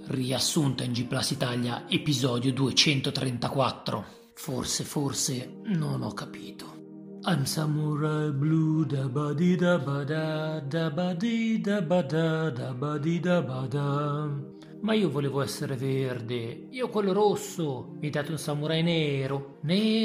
Riassunta in G Plus Italia, episodio 234. Forse non ho capito. I'm samurai blue da ba di da ba di da ba da. Ma io volevo essere verde, io quello rosso, mi date un samurai nero.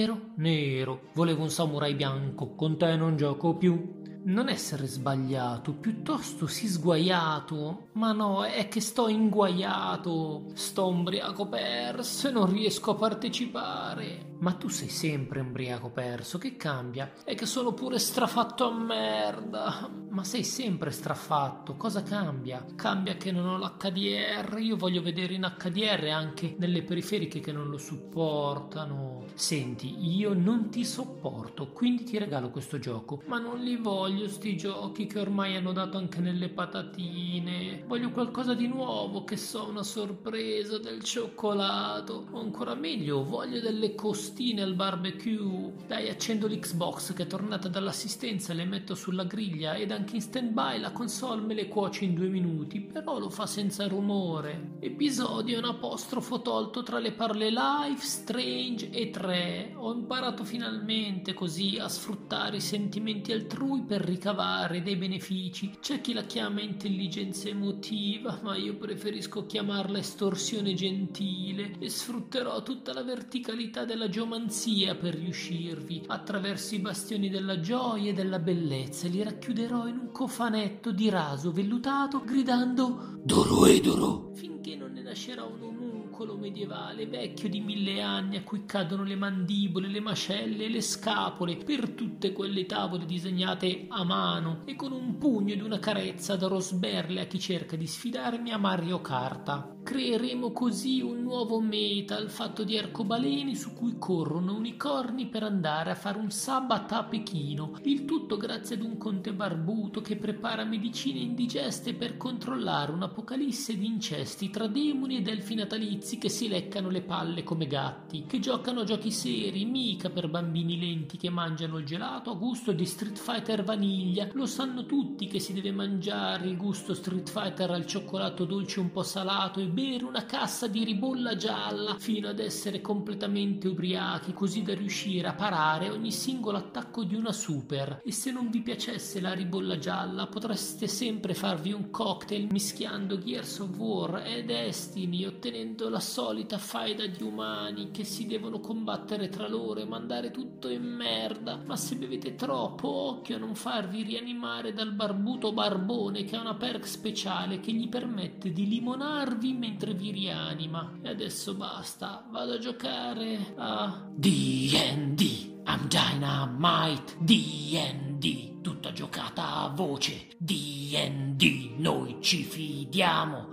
Volevo un samurai bianco, con te non gioco più. Non essere sbagliato, piuttosto sì sguaiato. Ma no, è che sto inguaiato, sto ubriaco perso e non riesco a partecipare. Ma tu sei sempre ubriaco perso, che cambia? È che sono pure strafatto a merda. Ma sei sempre strafatto, cosa cambia? Cambia che non ho l'HDR, io voglio vedere in HDR anche nelle periferiche che non lo supportano. Senti, io non ti sopporto, quindi ti regalo questo gioco, ma non li voglio sti giochi che ormai hanno dato anche nelle patatine. Voglio qualcosa di nuovo, che so, una sorpresa del cioccolato. O ancora meglio, voglio delle costine al barbecue. Dai, accendo l'Xbox che è tornata dall'assistenza e le metto sulla griglia ed anche in stand-by la console me le cuoce in 2 minuti, però lo fa senza rumore. Episodio è un apostrofo tolto tra le parole Life, Strange e 3. Ho imparato finalmente così a sfruttare i sentimenti altrui per ricavare dei benefici. C'è chi la chiama intelligenza emotiva, ma io preferisco chiamarla estorsione gentile, e sfrutterò tutta la verticalità della geomanzia per riuscirvi. Attraverso i bastioni della gioia e della bellezza li racchiuderò in un cofanetto di raso vellutato, gridando Doroedoro, finché non ne nascerà un omuncolo medievale vecchio di 1000 anni a cui cadono le mandibole, le mascelle e le scapole per tutte quelle tavole disegnate a mano, e con un pugno ed una carezza darò sberle a chi cerca di sfidarmi a Mario Kart. Creeremo così un nuovo metal fatto di arcobaleni su cui corrono unicorni per andare a fare un sabbat a Pechino, il tutto grazie ad un conte barbuto che prepara medicine indigeste per controllare un'apocalisse di incesti tra demoni ed elfi natalizi che si leccano le palle come gatti, che giocano a giochi seri, mica per bambini lenti che mangiano il gelato a gusto di Street Fighter vaniglia. Lo sanno tutti che si deve mangiare il gusto Street Fighter al cioccolato dolce un po' salato e bere una cassa di ribolla gialla fino ad essere completamente ubriachi, così da riuscire a parare ogni singolo attacco di una super. E se non vi piacesse la ribolla gialla, potreste sempre farvi un cocktail mischiando Gears of War e Destiny, ottenendo la solita faida di umani che si devono combattere tra loro e mandare tutto in merda. Ma se bevete troppo, occhio a non farvi rianimare dal barbuto barbone, che ha una perk speciale che gli permette di limonarvi mentre vi rianima. E adesso basta, vado a giocare a D&D. I'm Dynamite. D&D, tutta giocata a voce. D&D, noi ci fidiamo.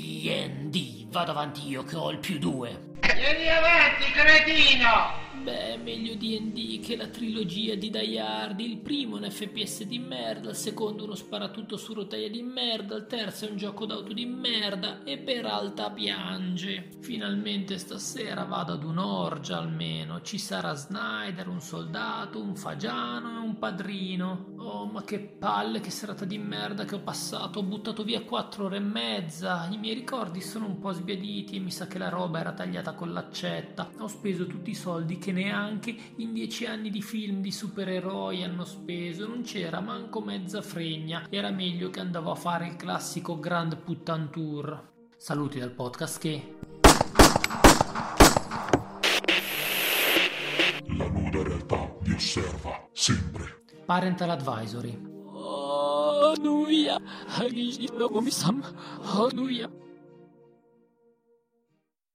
D&D, vado avanti io che ho il +2. Vieni avanti, cretino! Beh, meglio D&D che la trilogia di Die Hard. Il primo è un FPS di merda, il secondo uno sparatutto su rotaia di merda, il terzo è un gioco d'auto di merda e Peralta piange. Finalmente stasera vado ad un'orgia almeno. Ci sarà Snyder, un soldato, un fagiano e un padrino. Oh, ma che palle, che serata di merda che ho passato. Ho buttato via 4 ore e mezza. I miei ricordi sono un po' sbiaditi e mi sa che la roba era tagliata con l'accetta. Ho speso tutti i soldi che neanche in 10 anni di film di supereroi hanno speso. Non c'era manco mezza fregna. Era meglio che andavo a fare il classico Grand Puttan Tour. Saluti dal podcast che... La nuda realtà vi osserva sempre. Parental Advisory. Oh, nuia. Hallelujah.